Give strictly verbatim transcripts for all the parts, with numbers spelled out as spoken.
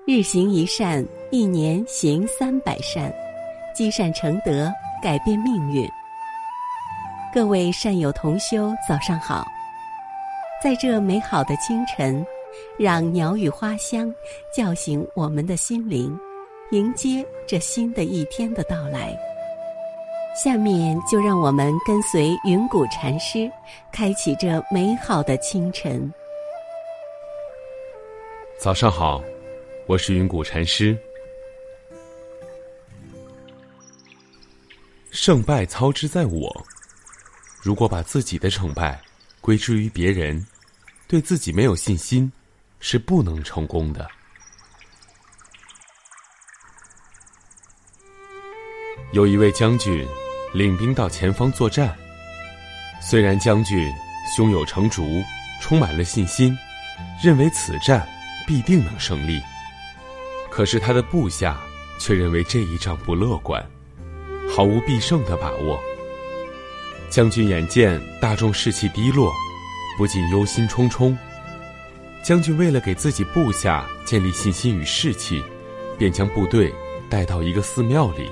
日行一善，一年行三百善，积善成德，改变命运。各位善友同修，早上好！在这美好的清晨，让鸟语花香叫醒我们的心灵，迎接这新的一天的到来。下面就让我们跟随云谷禅师，开启这美好的清晨。 早上好，我是云谷禅师。胜败操之在我，如果把自己的成败归之于别人，对自己没有信心，是不能成功的。有一位将军领兵到前方作战，虽然将军胸有成竹，充满了信心，认为此战必定能胜利，可是他的部下却认为这一仗不乐观，毫无必胜的把握。将军眼见大众士气低落，不禁忧心忡忡。将军为了给自己部下建立信心与士气，便将部队带到一个寺庙里。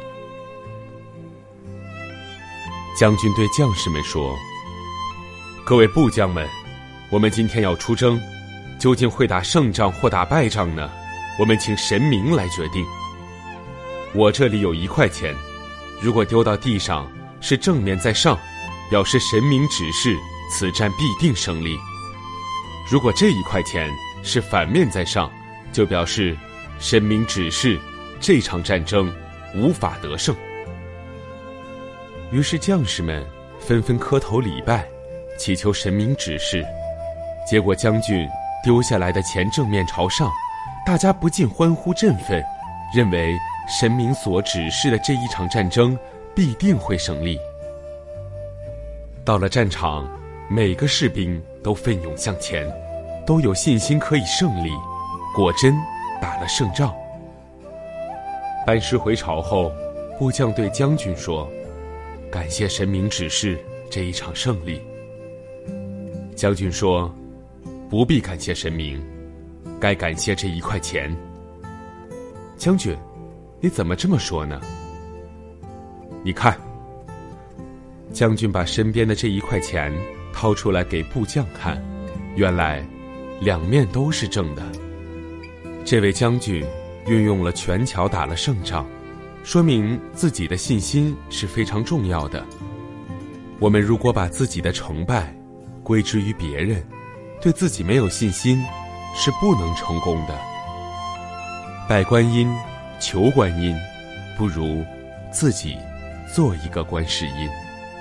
将军对将士们说：各位部将们，我们今天要出征，究竟会打胜仗或打败仗呢？我们请神明来决定。我这里有一块钱，如果丢到地上是正面在上，表示神明指示此战必定胜利；如果这一块钱是反面在上，就表示神明指示这场战争无法得胜。于是将士们纷纷磕头礼拜，祈求神明指示。结果将军丢下来的钱正面朝上，大家不禁欢呼振奋，认为神明所指示的这一场战争必定会胜利。到了战场，每个士兵都奋勇向前，都有信心可以胜利，果真打了胜仗。班师回朝后，部将对将军说：感谢神明指示这一场胜利。将军说：不必感谢神明，该感谢这一块钱。将军，你怎么这么说呢？你看，将军把身边的这一块钱掏出来给部将看，原来两面都是正的。这位将军运用了权巧打了胜仗，说明自己的信心是非常重要的。我们如果把自己的成败归之于别人，对自己没有信心，是不能成功的。拜观音求观音，不如自己做一个观世音。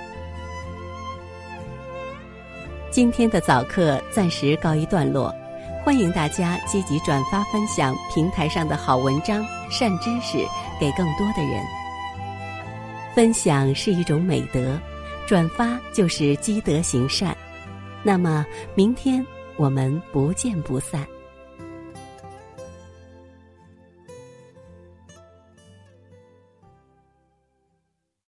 今天的早课暂时告一段落，欢迎大家积极转发分享平台上的好文章、善知识给更多的人。分享是一种美德，转发就是积德行善。那么明天我们不见不散。